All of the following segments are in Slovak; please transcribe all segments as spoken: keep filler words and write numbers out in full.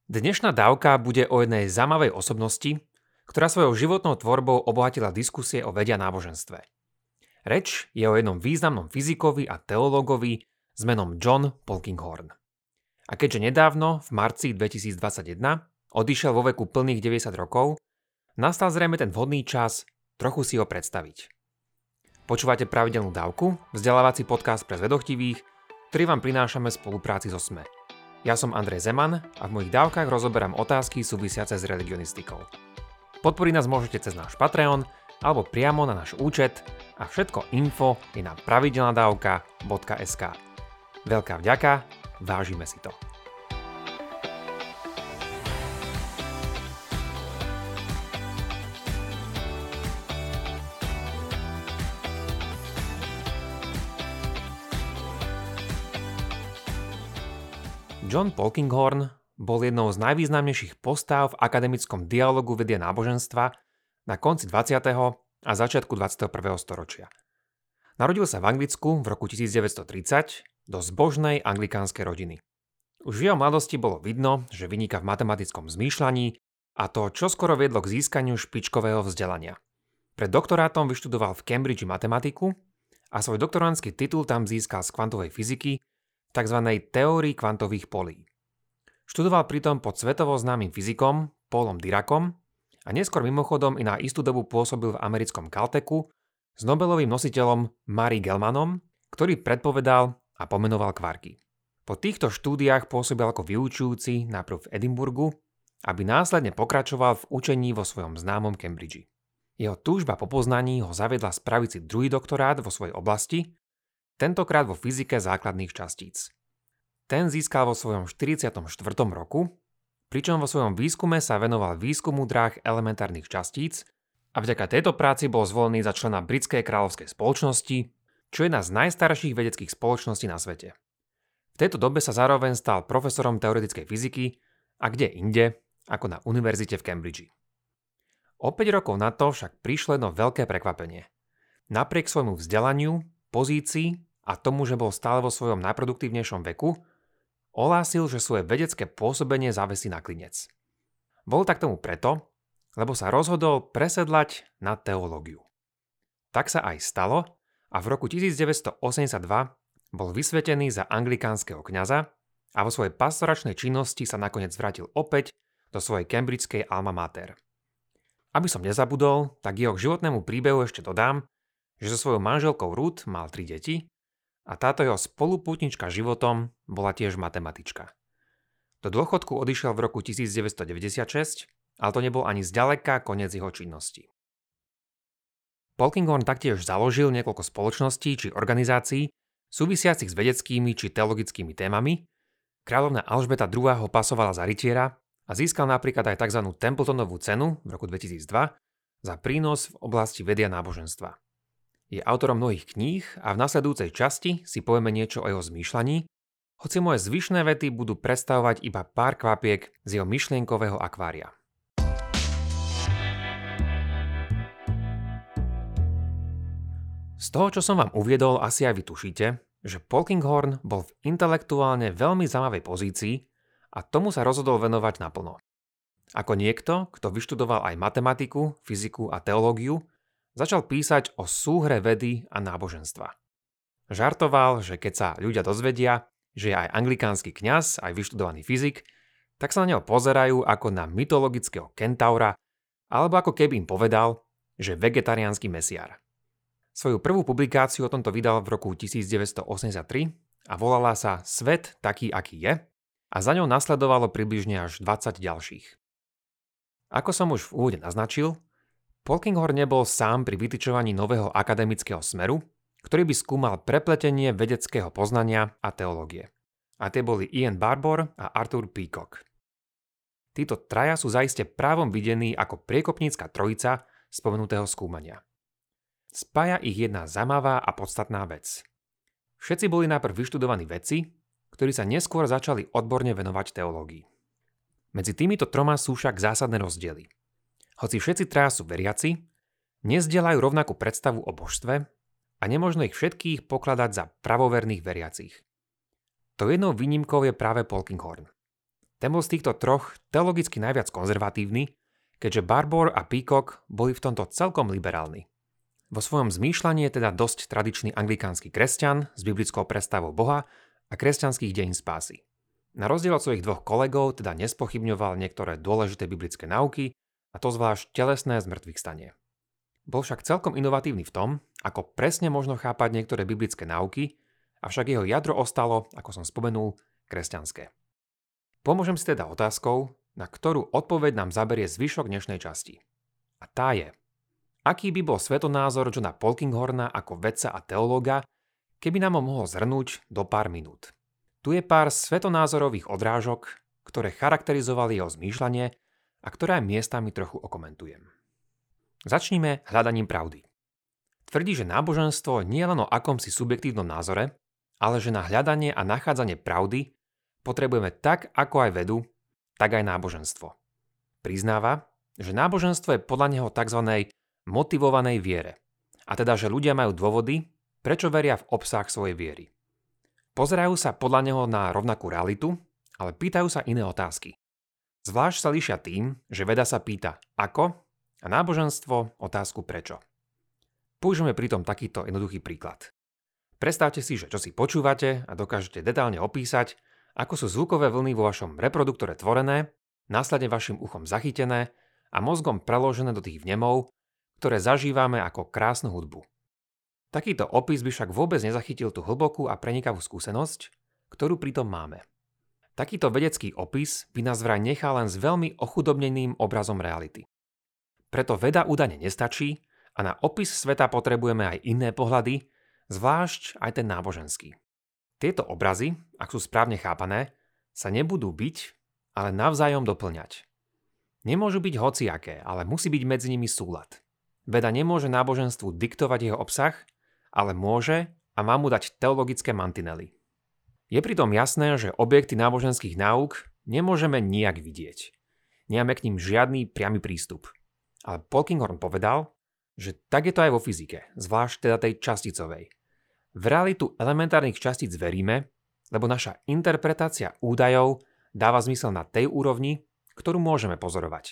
Dnešná dávka bude o jednej zaujímavej osobnosti, ktorá svojou životnou tvorbou obohatila diskusie o vede a náboženstve. Reč je o jednom významnom fyzikovi a teológovi s menom John Polkinghorne. A keďže nedávno, v marci dvetisícdvadsaťjeden, odišiel vo veku plných deväťdesiat rokov, nastal zrejme ten vhodný čas trochu si ho predstaviť. Počúvate pravidelnú dávku, vzdelávací podcast pre zvedochtivých, ktorý vám prinášame v spolupráci so es em e. Ja som Andrej Zeman a v mojich dávkach rozoberám otázky súvisiace s religionistikou. Podporiť nás môžete cez náš Patreon alebo priamo na náš účet a všetko info je na pravidelnadavka bodka es ká. Veľká vďaka, vážime si to. John Polkinghorne bol jednou z najvýznamnejších postáv v akademickom dialógu vedy a náboženstva na konci dvadsiateho a začiatku dvadsiateho prvého storočia. Narodil sa v Anglicku v roku tisícdeväťstotridsať do zbožnej anglikánskej rodiny. Už v jeho mladosti bolo vidno, že vyniká v matematickom zmýšľaní a to čoskoro viedlo k získaniu špičkového vzdelania. Pred doktorátom vyštudoval v Cambridge matematiku a svoj doktorandský titul tam získal z kvantovej fyziky, tzv. Teórii kvantových polí. Študoval pritom pod svetovo známym fyzikom Paulom Diracom a neskôr mimochodom i na istú dobu pôsobil v americkom Caltechu s Nobelovým nositeľom Murray Gell-Mannom, ktorý predpovedal a pomenoval kvarky. Po týchto štúdiách pôsobil ako vyučujúci najprv v Edinburgu, aby následne pokračoval v učení vo svojom známom Cambridge. Jeho túžba po poznaní ho zaviedla spraviť si druhý doktorát vo svojej oblasti, tentokrát vo fyzike základných častíc. Ten získal vo svojom štyridsiatom štvrtom roku, pričom vo svojom výskume sa venoval výskumu dráh elementárnych častíc a vďaka tejto práci bol zvolený za člena Britskej kráľovskej spoločnosti, čo je jedna z najstarších vedeckých spoločností na svete. V tejto dobe sa zároveň stal profesorom teoretickej fyziky a kde inde ako na univerzite v Cambridge. O päť rokov na to však prišlo jedno veľké prekvapenie. Napriek svojmu vzdelaniu, pozícii a tomu, že bol stále vo svojom najproduktívnejšom veku, ohlásil, že svoje vedecké pôsobenie zavesí na klinec. Bol tak tomu preto, lebo sa rozhodol presedlať na teológiu. Tak sa aj stalo a v roku tisícdeväťstoosemdesiatdva bol vysvetený za anglikánskeho kňaza a vo svojej pastoračnej činnosti sa nakoniec vrátil opäť do svojej cambridgeskej alma mater. Aby som nezabudol, tak jeho k životnému príbehu ešte dodám, že so svojou manželkou Ruth mal tri deti a táto jeho spolupútnička životom bola tiež matematička. Do dôchodku odišiel v roku tisícdeväťstodeväťdesiatšesť, ale to nebol ani zďaleka koniec jeho činnosti. Polkinghorne taktiež založil niekoľko spoločností či organizácií súvisiacich s vedeckými či teologickými témami. Kráľovná Alžbeta druhá. Ho pasovala za rytiera a získal napríklad aj tzv. Templetonovú cenu v roku dvetisícdva za prínos v oblasti vedy a náboženstva. Je autorom mnohých kníh a v nasledujúcej časti si povieme niečo o jeho zmýšľaní, hoci moje zvyšné vety budú predstavovať iba pár kvapiek z jeho myšlienkového akvária. Z toho, čo som vám uviedol, asi aj vy tušíte, že Polkinghorne bol v intelektuálne veľmi zaujímavej pozícii a tomu sa rozhodol venovať naplno. Ako niekto, kto vyštudoval aj matematiku, fyziku a teológiu, začal písať o súhre vedy a náboženstva. Žartoval, že keď sa ľudia dozvedia, že je aj anglikánsky kňaz, aj vyštudovaný fyzik, tak sa na neho pozerajú ako na mytologického kentaura, alebo ako keby im povedal, že vegetariánsky mesiár. Svoju prvú publikáciu o tomto vydal v roku tisícdeväťstoosemdesiattri a volala sa Svet taký, aký je, a za ňou nasledovalo približne až dvadsať ďalších. Ako som už v úvode naznačil, Polkinghorne nebol sám pri vytyčovaní nového akademického smeru, ktorý by skúmal prepletenie vedeckého poznania a teológie. A tie boli Ian Barbour a Arthur Peacock. Títo traja sú zaiste právom videní ako priekopnícka trojica spomenutého skúmania. Spája ich jedna zaujímavá a podstatná vec. Všetci boli najprv vyštudovaní vedci, ktorí sa neskôr začali odborne venovať teológii. Medzi týmito troma sú však zásadné rozdiely. Hoci všetci traja sú veriaci, nezdieľajú rovnakú predstavu o božstve a nemožno ich všetkých pokladať za pravoverných veriacich. To jednou výnimkou je práve Polkinghorne. Ten bol z týchto troch teologicky najviac konzervatívny, keďže Barbour a Peacock boli v tomto celkom liberálni. Vo svojom zmýšľaní je teda dosť tradičný anglikánsky kresťan s biblickou predstavou Boha a kresťanských dejín spásy. Na rozdiel od svojich dvoch kolegov teda nespochybňoval niektoré dôležité biblické nauky, a to zvlášť telesné zmŕtvychvstanie. Bol však celkom inovatívny v tom, ako presne možno chápať niektoré biblické nauky, avšak jeho jadro ostalo, ako som spomenul, kresťanské. Pomôžem si teda otázkou, na ktorú odpoveď nám zaberie zvyšok dnešnej časti. A tá je: aký by bol svetonázor Johna Polkinghorna ako vedca a teológa, keby nám ho mohol zhrnúť do pár minút? Tu je pár svetonázorových odrážok, ktoré charakterizovali jeho zmýšľanie a ktoré aj miestami trochu okomentujem. Začníme hľadaním pravdy. Tvrdí, že náboženstvo nie je len o akomsi subjektívnom názore, ale že na hľadanie a nachádzanie pravdy potrebujeme tak ako aj vedu, tak aj náboženstvo. Priznáva, že náboženstvo je podľa neho tzv. Motivovanej viere. A teda, že ľudia majú dôvody, prečo veria v obsah svojej viery. Pozerajú sa podľa neho na rovnakú realitu, ale pýtajú sa iné otázky. Zvlášť sa líšia tým, že veda sa pýta ako a náboženstvo otázku prečo. Použijeme pritom takýto jednoduchý príklad. Predstavte si, že čo si počúvate a dokážete detailne opísať, ako sú zvukové vlny vo vašom reproduktore tvorené, následne vašim uchom zachytené a mozgom preložené do tých vnemov, ktoré zažívame ako krásnu hudbu. Takýto opis by však vôbec nezachytil tú hlbokú a prenikavú skúsenosť, ktorú pritom máme. Takýto vedecký opis by nás vraj nechal len s veľmi ochudobneným obrazom reality. Preto veda údajne nestačí a na opis sveta potrebujeme aj iné pohľady, zvlášť aj ten náboženský. Tieto obrazy, ak sú správne chápané, sa nebudú byť, ale navzájom doplňať. Nemôžu byť hociaké, ale musí byť medzi nimi súlad. Veda nemôže náboženstvu diktovať jeho obsah, ale môže a má mu dať teologické mantinely. Je pritom jasné, že objekty náboženských náuk nemôžeme nijak vidieť. Nemáme k ním žiadny priamy prístup. Ale Polkinghorne povedal, že tak je to aj vo fyzike, zvlášť teda tej časticovej. V realitu elementárnych častíc veríme, lebo naša interpretácia údajov dáva zmysel na tej úrovni, ktorú môžeme pozorovať.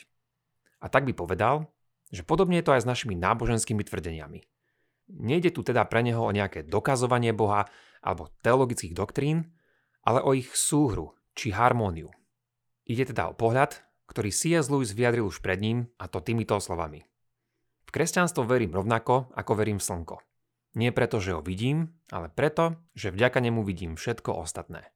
A tak by povedal, že podobne je to aj s našimi náboženskými tvrdeniami. Nejde tu teda pre neho o nejaké dokazovanie Boha alebo teologických doktrín, ale o ich súhru či harmóniu. Ide teda o pohľad, ktorý C S. Lewis vyjadril už pred ním, a to týmito slovami. V kresťanstvo verím rovnako, ako verím v slnko. Nie preto, že ho vidím, ale preto, že vďaka nemu vidím všetko ostatné.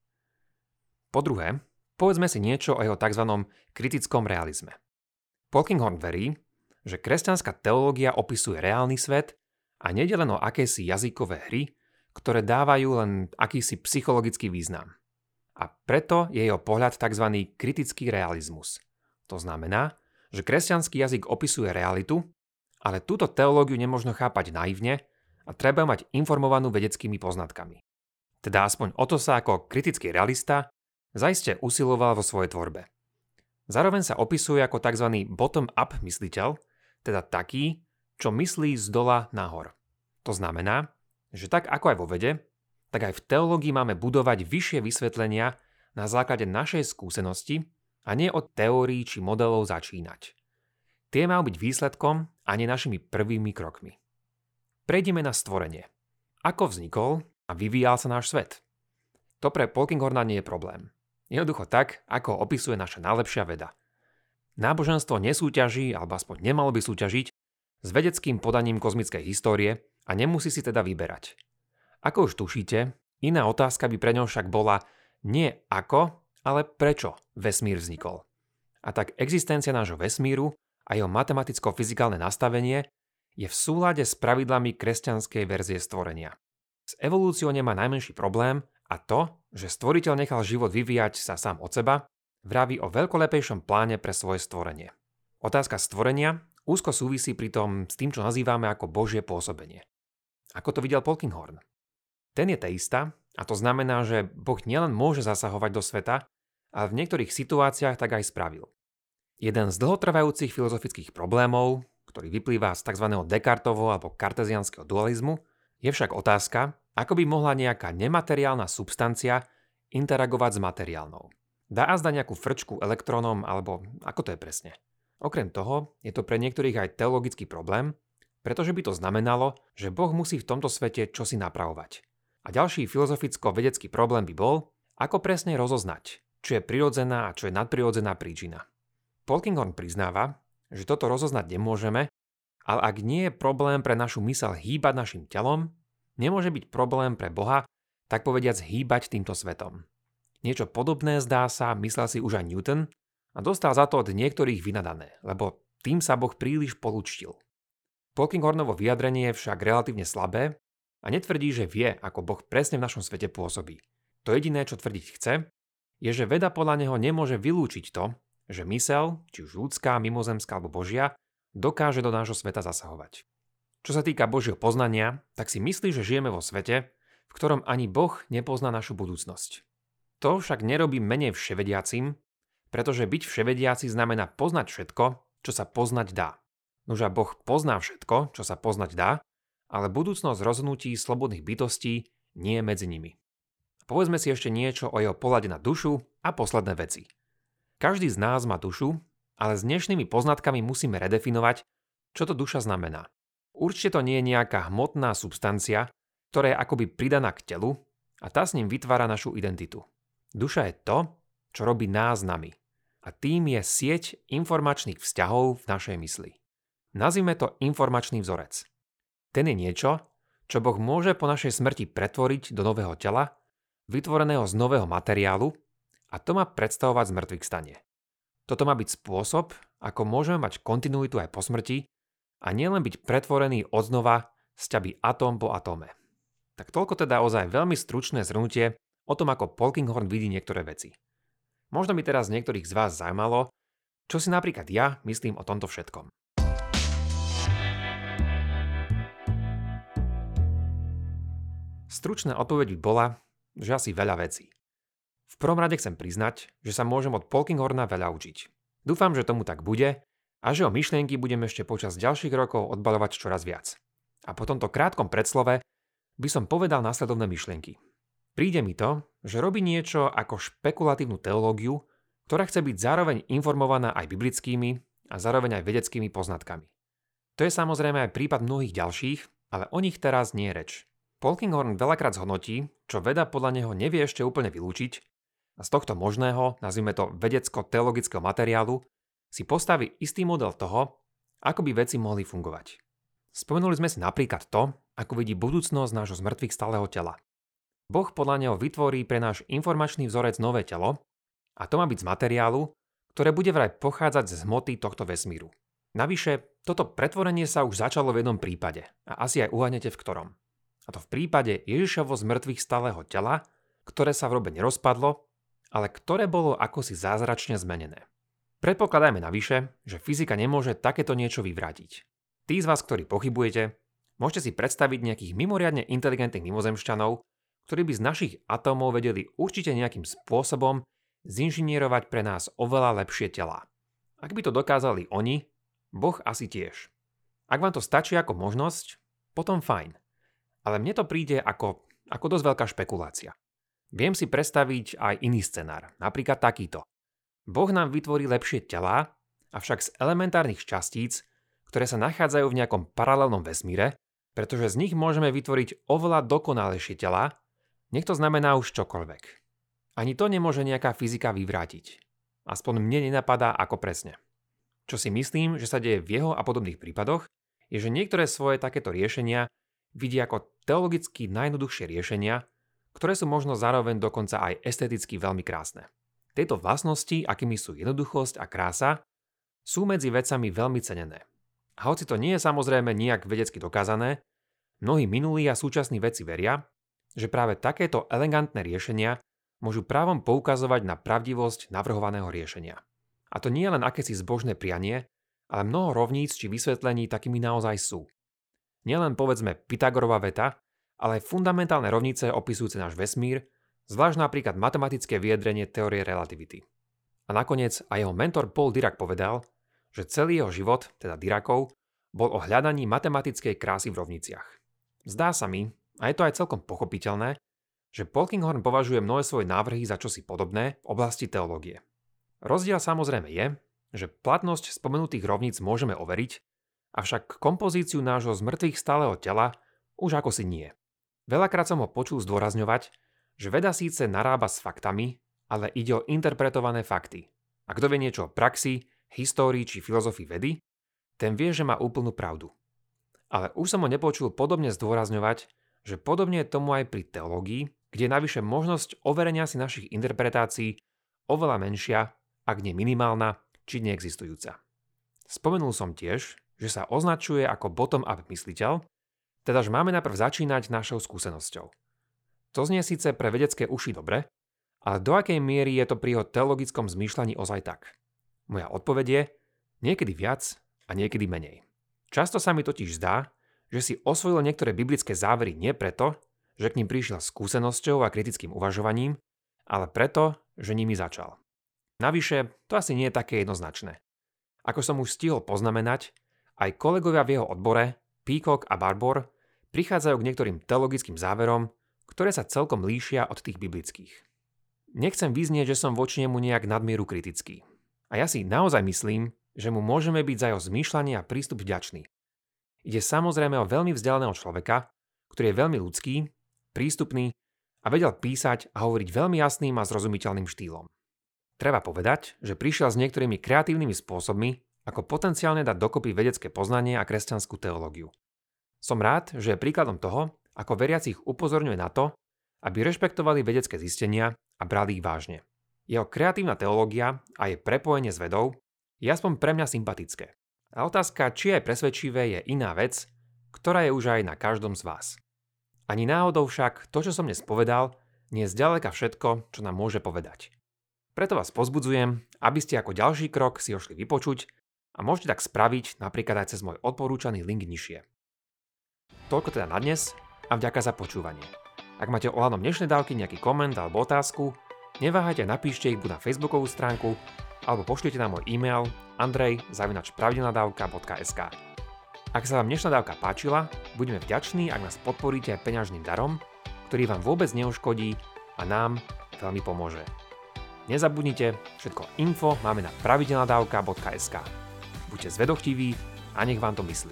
Po druhé, povedzme si niečo o jeho tzv. Kritickom realizme. Polkinghorne verí, že kresťanská teológia opisuje reálny svet a nejde len o akési jazykové hry, ktoré dávajú len akýsi psychologický význam. A preto je jeho pohľad tzv. Kritický realizmus. To znamená, že kresťanský jazyk opisuje realitu, ale túto teológiu nemožno chápať naivne a treba mať informovanú vedeckými poznatkami. Teda aspoň o to sa ako kritický realista zaiste usiloval vo svojej tvorbe. Zároveň sa opisuje ako tzv. Bottom-up mysliteľ, teda taký, čo myslí z dola nahor. To znamená, že tak ako aj vo vede, tak aj v teológii máme budovať vyššie vysvetlenia na základe našej skúsenosti a nie od teórií či modelov začínať. Tie majú byť výsledkom a nie našimi prvými krokmi. Prejdime na stvorenie. Ako vznikol a vyvíjal sa náš svet? To pre Polkinghorna nie je problém. Jednoducho tak, ako opisuje naša najlepšia veda. Náboženstvo nesúťaží, alebo aspoň nemalo by súťažiť, s vedeckým podaním kozmickej histórie a nemusí si teda vyberať. Ako už tušíte, iná otázka by pre ňo však bola nie ako, ale prečo vesmír vznikol. A tak existencia nášho vesmíru a jeho matematicko-fyzikálne nastavenie je v súlade s pravidlami kresťanskej verzie stvorenia. S evolúciou nemá najmenší problém a to, že stvoriteľ nechal život vyvíjať sa sám od seba, vraví o veľkolepejšom pláne pre svoje stvorenie. Otázka stvorenia úzko súvisí pritom s tým, čo nazývame ako Božie pôsobenie. Ako to videl Polkinghorne? Ten je teista a to znamená, že Boh nielen môže zasahovať do sveta, ale v niektorých situáciách tak aj spravil. Jeden z dlhotrvajúcich filozofických problémov, ktorý vyplýva z tzv. Descartovho alebo karteziánskeho dualizmu, je však otázka, ako by mohla nejaká nemateriálna substancia interagovať s materiálnou. Dá azda nejakú frčku elektrónom, alebo ako to je presne? Okrem toho je to pre niektorých aj teologický problém, pretože by to znamenalo, že Boh musí v tomto svete čosi napravovať. A ďalší filozoficko-vedecký problém by bol, ako presne rozoznať, čo je prirodzená a čo je nadprirodzená príčina. Polkinghorne priznáva, že toto rozoznať nemôžeme, ale ak nie je problém pre našu myseľ hýbať našim telom, nemôže byť problém pre Boha, tak povediac hýbať týmto svetom. Niečo podobné zdá sa, myslel si už aj Newton a dostal za to od niektorých vynadané, lebo tým sa Boh príliš polúčtil. Polkinghornovo vyjadrenie je však relatívne slabé a netvrdí, že vie, ako Boh presne v našom svete pôsobí. To jediné, čo tvrdiť chce, je, že veda podľa neho nemôže vylúčiť to, že myseľ, či už ľudská, mimozemská alebo Božia, dokáže do nášho sveta zasahovať. Čo sa týka Božieho poznania, tak si myslí, že žijeme vo svete, v ktorom ani Boh nepozná našu budúcnosť. To však nerobí menej vševediacim, pretože byť vševediaci znamená poznať všetko, čo sa poznať dá. Nože Boh pozná všetko, čo sa poznať dá, ale budúcnosť rozhodnutí slobodných bytostí nie je medzi nimi. Povedzme si ešte niečo o jeho pohľade na dušu a posledné veci. Každý z nás má dušu, ale s dnešnými poznatkami musíme redefinovať, čo to duša znamená. Určite to nie je nejaká hmotná substancia, ktorá je akoby pridaná k telu a tá s ním vytvára našu identitu. Duša je to, čo robí nás nami. A tým je sieť informačných vzťahov v našej mysli. Nazvime to informačný vzorec. Ten je niečo, čo Boh môže po našej smrti pretvoriť do nového tela, vytvoreného z nového materiálu, a to má predstavovať zmŕtvych stanie. Toto má byť spôsob, ako môžeme mať kontinuitu aj po smrti a nielen byť pretvorený odznova z ťaby atóm po atóme. Tak toľko teda ozaj veľmi stručné zhrnutie o tom, ako Polkinghorne vidí niektoré veci. Možno by teraz niektorých z vás zaujímalo, čo si napríklad ja myslím o tomto všetkom. Stručná odpoveď by bola, že asi veľa vecí. V prvom rade chcem priznať, že sa môžem od Polkinghorna veľa učiť. Dúfam, že tomu tak bude a že o myšlienky budem ešte počas ďalších rokov odbaľovať čoraz viac. A po tomto krátkom predslove by som povedal nasledovné myšlienky. Príde mi to, že robí niečo ako špekulatívnu teológiu, ktorá chce byť zároveň informovaná aj biblickými a zároveň aj vedeckými poznatkami. To je samozrejme aj prípad mnohých ďalších, ale o nich teraz nie je reč. Polkinghorne veľakrát zhodnotí, čo veda podľa neho nevie ešte úplne vylúčiť a z tohto možného, nazvime to vedecko-teologického materiálu, si postaví istý model toho, ako by veci mohli fungovať. Spomenuli sme si napríklad to, ako vidí budúcnosť nášho zmrtvých stáleho tela. Boh podľa neho vytvorí pre náš informačný vzorec nové telo a to má byť z materiálu, ktoré bude vraj pochádzať z hmoty tohto vesmíru. Navyše, toto pretvorenie sa už začalo v jednom prípade a asi aj uhanete v ktorom. A to v prípade Ježišovo z mŕtvych stáleho tela, ktoré sa v robe nerozpadlo, ale ktoré bolo akosi zázračne zmenené. Predpokladajme navyše, že fyzika nemôže takéto niečo vyvrátiť. Tí z vás, ktorí pochybujete, môžete si predstaviť nejakých mimoriadne inteligentných mimozemšťanov, ktorí by z našich atómov vedeli určite nejakým spôsobom zinžinierovať pre nás oveľa lepšie telá. Ak by to dokázali oni, Boh asi tiež. Ak vám to stačí ako možnosť, potom fajn. Ale mne to príde ako, ako dosť veľká špekulácia. Viem si predstaviť aj iný scenár, napríklad takýto. Boh nám vytvorí lepšie telá, avšak z elementárnych častíc, ktoré sa nachádzajú v nejakom paralelnom vesmíre, pretože z nich môžeme vytvoriť oveľa dokonalejšie telá, nech to znamená už čokoľvek. Ani to nemôže nejaká fyzika vyvrátiť. Aspoň mne nenapadá ako presne. Čo si myslím, že sa deje v jeho a podobných prípadoch, je, že niektoré svoje takéto riešenia vidí ako teologicky najjednoduchšie riešenia, ktoré sú možno zároveň dokonca aj esteticky veľmi krásne. Tieto vlastnosti, akými sú jednoduchosť a krása, sú medzi vecami veľmi cenené. A hoci to nie je samozrejme nijak vedecky dokázané, mnohí minulí a súčasní vedci veria, že práve takéto elegantné riešenia môžu právom poukazovať na pravdivosť navrhovaného riešenia. A to nie je len akési zbožné prianie, ale mnoho rovníc či vysvetlení takými naozaj sú. Nielen povedzme Pythagorová veta, ale aj fundamentálne rovnice opisujúce náš vesmír, zvlášť napríklad matematické vyjadrenie teórie relativity. A nakoniec aj jeho mentor Paul Dirac povedal, že celý jeho život, teda Diracov, bol o hľadaní matematickej krásy v rovniciach. Zdá sa mi, a je to aj celkom pochopiteľné, že Polkinghorne považuje mnohé svoje návrhy za čosi podobné v oblasti teológie. Rozdiel samozrejme je, že platnosť spomenutých rovníc môžeme overiť, avšak kompozíciu nášho zmrtvých stáleho tela už ako si nie. Veľakrát som ho počul zdôrazňovať, že veda síce narába s faktami, ale ide o interpretované fakty. A kto vie niečo o praxi, histórii či filozofii vedy, ten vie, že má úplnú pravdu. Ale už som ho nepočul podobne zdôrazňovať, že podobne je tomu aj pri teológii, kde je navyše možnosť overenia si našich interpretácií oveľa menšia, ak nie minimálna, či neexistujúca. Spomenul som tiež, že sa označuje ako bottom-up mysliteľ, teda že máme najprv začínať našou skúsenosťou. To znie síce pre vedecké uši dobre, ale do akej miery je to pri jeho teologickom zmýšľaní ozaj tak? Moja odpoveď je niekedy viac a niekedy menej. Často sa mi totiž zdá, že si osvojil niektoré biblické závery nie preto, že k nim prišiel skúsenosťou a kritickým uvažovaním, ale preto, že nimi začal. Navyše, to asi nie je také jednoznačné. Ako som už stihol poznamenať, aj kolegovia v jeho odbore, Peacock a Barbour, prichádzajú k niektorým teologickým záverom, ktoré sa celkom líšia od tých biblických. Nechcem vyznieť, že som voči nemu nejak nadmieru kritický. A ja si naozaj myslím, že mu môžeme byť za jeho zmýšľanie a prístup vďační. Ide samozrejme o veľmi vzdialeného človeka, ktorý je veľmi ľudský, prístupný a vedel písať a hovoriť veľmi jasným a zrozumiteľným štýlom. Treba povedať, že prišiel s niektorými kreatívnymi spôsobmi, ako potenciálne dať dokopy vedecké poznanie a kresťanskú teológiu. Som rád, že je príkladom toho, ako veriacich upozorňuje na to, aby rešpektovali vedecké zistenia a brali ich vážne. Jeho kreatívna teológia a jej prepojenie s vedou je aspoň pre mňa sympatické. A otázka, či je presvedčivé, je iná vec, ktorá je už aj na každom z vás. Ani náhodou však to, čo som dnes povedal, nie je zďaleka všetko, čo nám môže povedať. Preto vás pozbudzujem, aby ste ako ďalší krok si ho šli vypočuť a môžete tak spraviť napríklad aj cez môj odporúčaný link nižšie. Toľko teda na dnes a vďaka za počúvanie. Ak máte ohľadom dnešnej dávky nejaký koment alebo otázku, neváhajte a napíšte ich buď na facebookovú stránku alebo pošlite na môj e-mail andrej zavináč pravidelnadavka bodka es ká. Ak sa vám dnešná dávka páčila, budeme vďační, ak nás podporíte aj peňažným darom, ktorý vám vôbec neuškodí a nám veľmi pomôže. Nezabudnite, všetko info máme na pravidelnadavka bodka es ká. Buďte zvedochtiví a nech vám to myslí.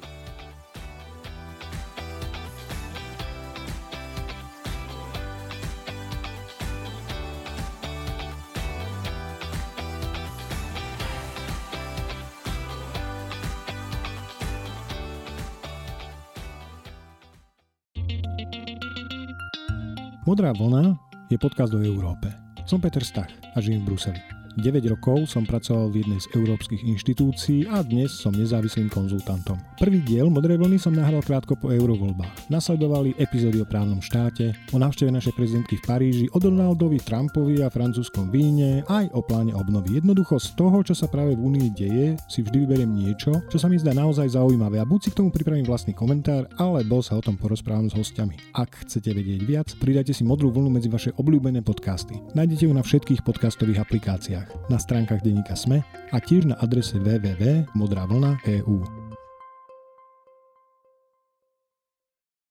Modrá vlna je podcast o Európe. Som Peter Stach a žijem v Bruseli. deväť rokov som pracoval v jednej z európskych inštitúcií a dnes som nezávislým konzultantom. Prvý diel Modrej vlny som nahral krátko po eurovoľbách. Nasledovali epizódy o právnom štáte, o návšteve našej prezidentky v Paríži, o Donaldovi Trumpovi a francúzskom víne, aj o pláne obnovy. Jednoducho z toho, čo sa práve v Únii deje, si vždy vyberiem niečo, čo sa mi zdá naozaj zaujímavé a buď si k tomu pripravím vlastný komentár, alebo sa o tom porozprávam s hostiami. Ak chcete vedieť viac, pridajte si Modrú vlnu medzi vaše obľúbené podcasty. Nájdete ju na všetkých podcastových aplikáciách, na stránkach denníka SME a tiež na adrese w w w bodka modravlna bodka e u.